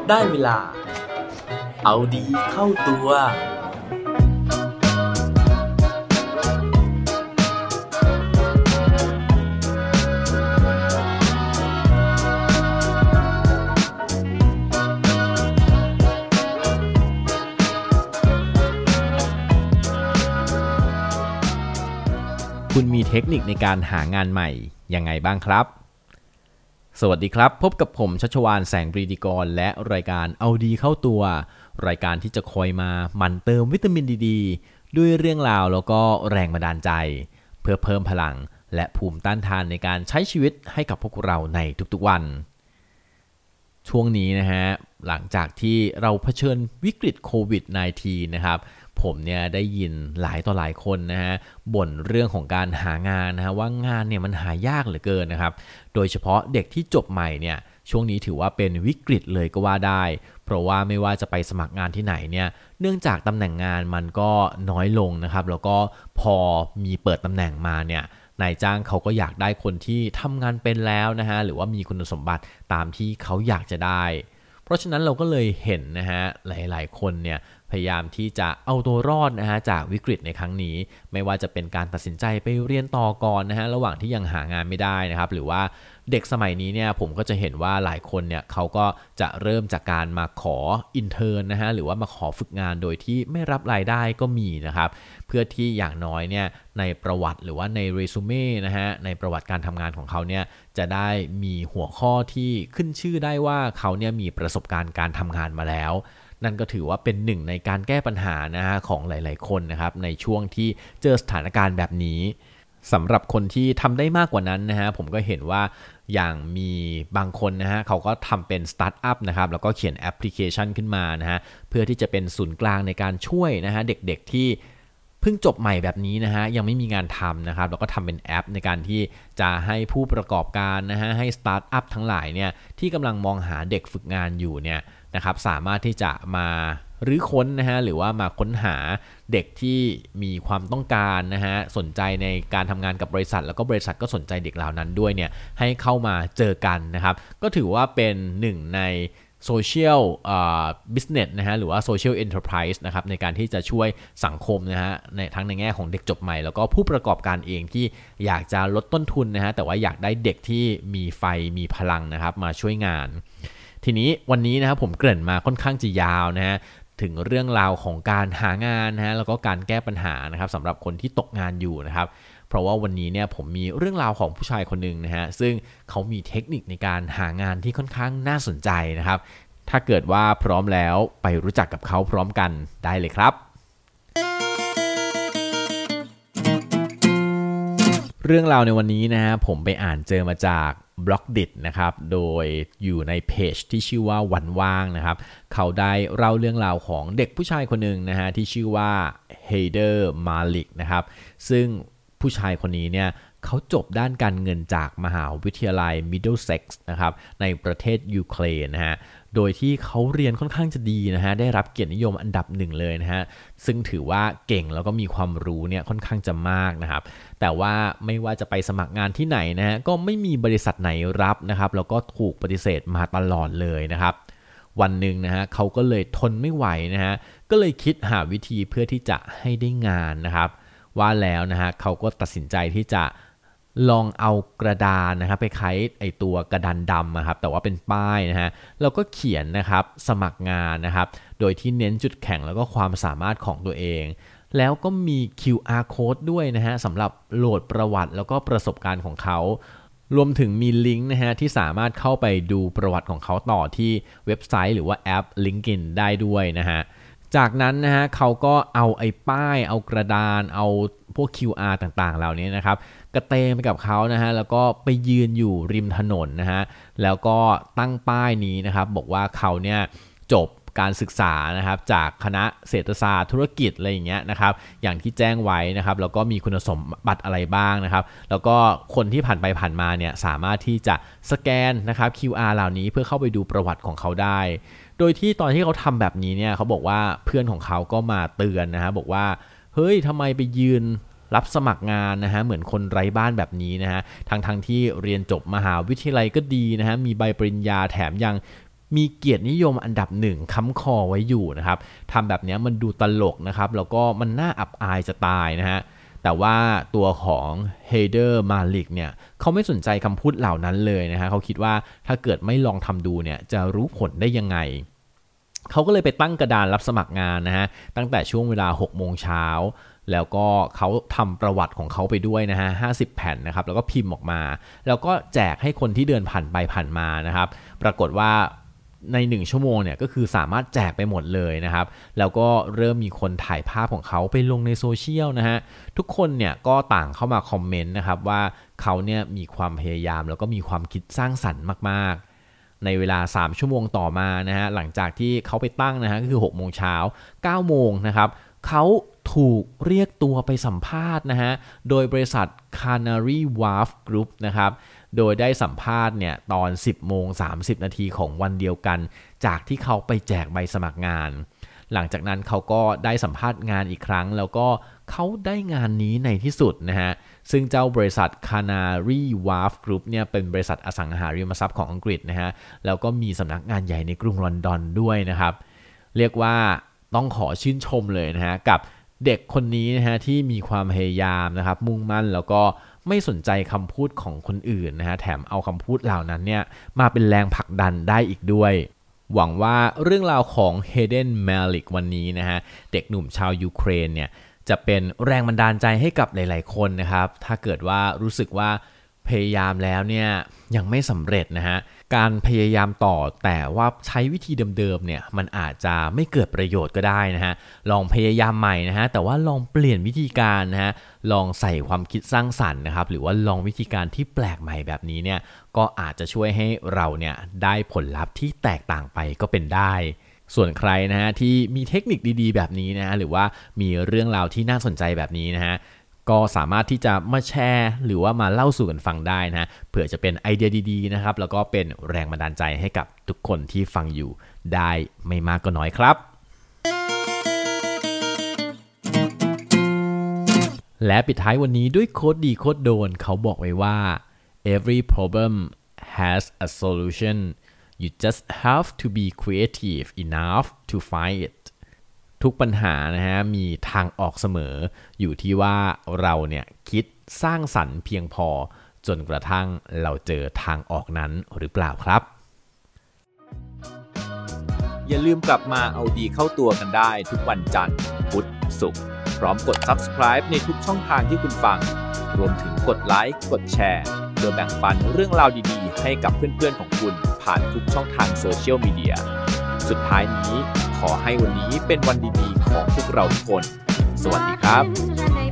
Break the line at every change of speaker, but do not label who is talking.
ได้เวลาเอาดีเข้าตัว
คุณมีเทคนิคในการหางานใหม่ยังไงบ้างครับสวัสดีครับพบกับผมชัชวาลแสงปรีดีกรและรายการเอาดีเข้าตัวรายการที่จะคอยมาหมั่นเติมวิตามินดีด้วยเรื่องราวแล้วก็แรงบันดาลใจเพื่อเพิ่มพลังและภูมิต้านทานในการใช้ชีวิตให้กับพวกเราในทุกๆวันช่วงนี้นะฮะหลังจากที่เราเผชิญวิกฤตโควิด -19 นะครับผมเนี่ยได้ยินหลายต่อหลายคนนะฮะบ่นเรื่องของการหางานนะฮะว่างานเนี่ยมันหายากเหลือเกินนะครับโดยเฉพาะเด็กที่จบใหม่เนี่ยช่วงนี้ถือว่าเป็นวิกฤตเลยก็ว่าได้เพราะว่าไม่ว่าจะไปสมัครงานที่ไหนเนี่ยเนื่องจากตำแหน่งงานมันก็น้อยลงนะครับแล้วก็พอมีเปิดตำแหน่งมาเนี่ยนายจ้างเขาก็อยากได้คนที่ทำงานเป็นแล้วนะฮะหรือว่ามีคุณสมบัติตามที่เขาอยากจะได้เพราะฉะนั้นเราก็เลยเห็นนะฮะหลายๆคนเนี่ยพยายามที่จะเอาตัวรอดนะฮะจากวิกฤตในครั้งนี้ไม่ว่าจะเป็นการตัดสินใจไปเรียนต่อก่อนนะฮะระหว่างที่ยังหางานไม่ได้นะครับหรือว่าเด็กสมัยนี้เนี่ยผมก็จะเห็นว่าหลายคนเนี่ยเขาก็จะเริ่มจากการมาขออินเทิร์นนะฮะหรือว่ามาขอฝึกงานโดยที่ไม่รับรายได้ก็มีนะครับเพื่อที่อย่างน้อยเนี่ยในประวัติหรือว่าในเรซูเม่นะฮะในประวัติการทำงานของเขาเนี่ยจะได้มีหัวข้อที่ขึ้นชื่อได้ว่าเขาเนี่ยมีประสบการณ์การทำงานมาแล้วนั่นก็ถือว่าเป็นหนึ่งในการแก้ปัญหานะฮะของหลายๆคนนะครับในช่วงที่เจอสถานการณ์แบบนี้สำหรับคนที่ทำได้มากกว่านั้นนะฮะผมก็เห็นว่าอย่างมีบางคนนะฮะเขาก็ทำเป็นสตาร์ทอัพนะครับแล้วก็เขียนแอปพลิเคชันขึ้นมานะฮะเพื่อที่จะเป็นศูนย์กลางในการช่วยนะฮะเด็กๆที่เพิ่งจบใหม่แบบนี้นะฮะยังไม่มีงานทำนะครับแล้วก็ทำเป็นแอปในการที่จะให้ผู้ประกอบการนะฮะให้สตาร์ทอัพทั้งหลายเนี่ยที่กำลังมองหาเด็กฝึกงานอยู่เนี่ยนะครับสามารถที่จะมารื้อค้นนะฮะหรือว่ามาค้นหาเด็กที่มีความต้องการนะฮะสนใจในการทำงานกับบริษัทแล้วก็บริษัทก็สนใจเด็กเหล่านั้นด้วยเนี่ยให้เข้ามาเจอกันนะครับก็ถือว่าเป็นหนึ่งในโซเชียลบิสเนสนะฮะหรือว่าโซเชียลเอ็นเตอร์ไพรส์นะครับในการที่จะช่วยสังคมนะฮะในทั้งในแง่ของเด็กจบใหม่แล้วก็ผู้ประกอบการเองที่อยากจะลดต้นทุนนะฮะแต่ว่าอยากได้เด็กที่มีไฟมีพลังนะครับมาช่วยงานทีนี้วันนี้นะครับผมเกริ่นมาค่อนข้างจะยาวนะฮะถึงเรื่องราวของการหางานนะฮะแล้วก็การแก้ปัญหานะครับสำหรับคนที่ตกงานอยู่นะครับเพราะว่าวันนี้เนี่ยผมมีเรื่องราวของผู้ชายคนหนึ่งนะฮะซึ่งเขามีเทคนิคในการหางานที่ค่อนข้างน่าสนใจนะครับถ้าเกิดว่าพร้อมแล้วไปรู้จักกับเขาพร้อมกันได้เลยครับเรื่องราวในวันนี้นะฮะผมไปอ่านเจอมาจากBlockdit นะครับโดยอยู่ในเพจที่ชื่อว่าวันว่างนะครับเขาได้เล่าเรื่องราวของเด็กผู้ชายคนหนึ่งนะฮะที่ชื่อว่าเฮเดอร์มาลิกนะครับซึ่งผู้ชายคนนี้เนี่ยเขาจบด้านการเงินจากมหาวิทยาลัย Middlesex นะครับในประเทศยูเครนนะฮะโดยที่เขาเรียนค่อนข้างจะดีนะฮะได้รับเกียรตินิยมอันดับหนึ่งเลยนะฮะซึ่งถือว่าเก่งแล้วก็มีความรู้เนี่ยค่อนข้างจะมากนะครับแต่ว่าไม่ว่าจะไปสมัครงานที่ไหนนะฮะก็ไม่มีบริษัทไหนรับนะครับแล้วก็ถูกปฏิเสธมาตลอดเลยนะครับวันหนึ่งนะฮะเขาก็เลยทนไม่ไหวนะฮะก็เลยคิดหาวิธีเพื่อที่จะให้ได้งานนะครับว่าแล้วนะฮะเขาก็ตัดสินใจที่จะลองเอากระดานนะครับไปคล้ายไอตัวกระดานดำนะครับแต่ว่าเป็นป้ายนะฮะแล้วก็เขียนนะครับสมัครงานนะครับโดยที่เน้นจุดแข็งแล้วก็ความสามารถของตัวเองแล้วก็มี QR code ด้วยนะฮะสำหรับโหลดประวัติแล้วก็ประสบการณ์ของเขารวมถึงมีลิงก์นะฮะที่สามารถเข้าไปดูประวัติของเขาต่อที่เว็บไซต์หรือว่าแอป LinkedIn ได้ด้วยนะฮะจากนั้นนะฮะเขาก็เอาไอ้ป้ายเอากระดานเอาพวก QR ต่างๆเหล่านี้นะครับกระเตงไปกับเขานะฮะแล้วก็ไปยืนอยู่ริมถนนนะฮะแล้วก็ตั้งป้ายนี้นะครับบอกว่าเขาเนี่ยจบการศึกษานะครับจากคณะเศรษฐศาสตร์ธุรกิจอะไรอย่างเงี้ยนะครับอย่างที่แจ้งไว้นะครับแล้วก็มีคุณสมบัติอะไรบ้างนะครับแล้วก็คนที่ผ่านไปผ่านมาเนี่ยสามารถที่จะสแกนนะครับ QR เหล่านี้เพื่อเข้าไปดูประวัติของเขาได้โดยที่ตอนที่เขาทำแบบนี้เนี่ยเขาบอกว่าเพื่อนของเขาก็มาเตือนนะฮะบอกว่าเฮ้ยทำไมไปยืนรับสมัครงานนะฮะเหมือนคนไร้บ้านแบบนี้นะฮะทั้งที่เรียนจบมหาวิทยาลัยก็ดีนะฮะมีใบปริญญาแถมยังมีเกียรตินิยมอันดับหนึ่งค้ำคอไว้อยู่นะครับทำแบบนี้มันดูตลกนะครับแล้วก็มันน่าอับอายจะตายนะฮะแต่ว่าตัวของเฮเดอร์มาลิกเนี่ยเขาไม่สนใจคำพูดเหล่านั้นเลยนะฮะเขาคิดว่าถ้าเกิดไม่ลองทำดูเนี่ยจะรู้ผลได้ยังไงเขาก็เลยไปตั้งกระดานรับสมัครงานนะฮะตั้งแต่ช่วงเวลา 6 โมงเช้าแล้วก็เขาทำประวัติของเขาไปด้วยนะฮะ50 แผ่นนะครับแล้วก็พิมพ์ออกมาแล้วก็แจกให้คนที่เดินผ่านไปผ่านมานะครับปรากฏว่าใน1 ชั่วโมงเนี่ยก็คือสามารถแจกไปหมดเลยนะครับแล้วก็เริ่มมีคนถ่ายภาพของเขาไปลงในโซเชียลนะฮะทุกคนเนี่ยก็ต่างเข้ามาคอมเมนต์นะครับว่าเขาเนี่ยมีความพยายามแล้วก็มีความคิดสร้างสรรค์มากๆในเวลา3 ชั่วโมงต่อมานะฮะหลังจากที่เขาไปตั้งนะฮะก็คือ6 โมงเช้า9 โมงนะครับเขาถูกเรียกตัวไปสัมภาษณ์นะฮะโดยบริษัท Canary Wharf Group นะครับโดยได้สัมภาษณ์เนี่ยตอน 10:30 นาทีของวันเดียวกันจากที่เขาไปแจกใบสมัครงานหลังจากนั้นเขาก็ได้สัมภาษณ์งานอีกครั้งแล้วก็เขาได้งานนี้ในที่สุดนะฮะซึ่งเจ้าบริษัท Canary Wharf Group เนี่ยเป็นบริษัทอสังหาริมทรัพย์ของอังกฤษนะฮะแล้วก็มีสำนักงานใหญ่ในกรุงลอนดอนด้วยนะครับเรียกว่าต้องขอชื่นชมเลยนะฮะกับเด็กคนนี้นะฮะที่มีความพยายามนะครับมุ่งมั่นแล้วก็ไม่สนใจคำพูดของคนอื่นนะฮะแถมเอาคำพูดเหล่านั้นเนี่ยมาเป็นแรงผลักดันได้อีกด้วยหวังว่าเรื่องราวของเฮเดน มาลิกวันนี้นะฮะเด็กหนุ่มชาวยูเครนเนี่ยจะเป็นแรงบันดาลใจให้กับหลายๆคนนะครับถ้าเกิดว่ารู้สึกว่าพยายามแล้วเนี่ยยังไม่สำเร็จนะฮะการพยายามต่อแต่ว่าใช้วิธีเดิมๆเนี่ยมันอาจจะไม่เกิดประโยชน์ก็ได้นะฮะลองพยายามใหม่นะฮะแต่ว่าลองเปลี่ยนวิธีการนะฮะลองใส่ความคิดสร้างสรรค์นะครับหรือว่าลองวิธีการที่แปลกใหม่แบบนี้เนี่ยก็อาจจะช่วยให้เราเนี่ยได้ผลลัพธ์ที่แตกต่างไปก็เป็นได้ส่วนใครนะฮะที่มีเทคนิคดีๆแบบนี้นะฮะหรือว่ามีเรื่องราวที่น่าสนใจแบบนี้นะฮะก็สามารถที่จะมาแชร์หรือว่ามาเล่าสู่กันฟังได้นะเผื่อจะเป็นไอเดียดีๆนะครับแล้วก็เป็นแรงบันดาลใจให้กับทุกคนที่ฟังอยู่ได้ไม่มากก็น้อยครับและปิดท้ายวันนี้ด้วยโค้ดดีโค้ดโดนเขาบอกไว้ว่า every problem has a solution you just have to be creative enough to find itทุกปัญหานะฮะมีทางออกเสมออยู่ที่ว่าเราเนี่ยคิดสร้างสรรค์เพียงพอจนกระทั่งเราเจอทางออกนั้นหรือเปล่าครับ
อย่าลืมกลับมาเอาดีเข้าตัวกันได้ทุกวันจันทร์พุธศุกร์พร้อมกด Subscribe ในทุกช่องทางที่คุณฟังรวมถึงกดไลค์กดแชร์เพื่อแบ่งปันเรื่องราวดีๆให้กับเพื่อนๆของคุณผ่านทุกช่องทางโซเชียลมีเดียสุดท้ายนี้ขอให้วันนี้เป็นวันดีๆของพวกเราทุกคนสวัสดีครับ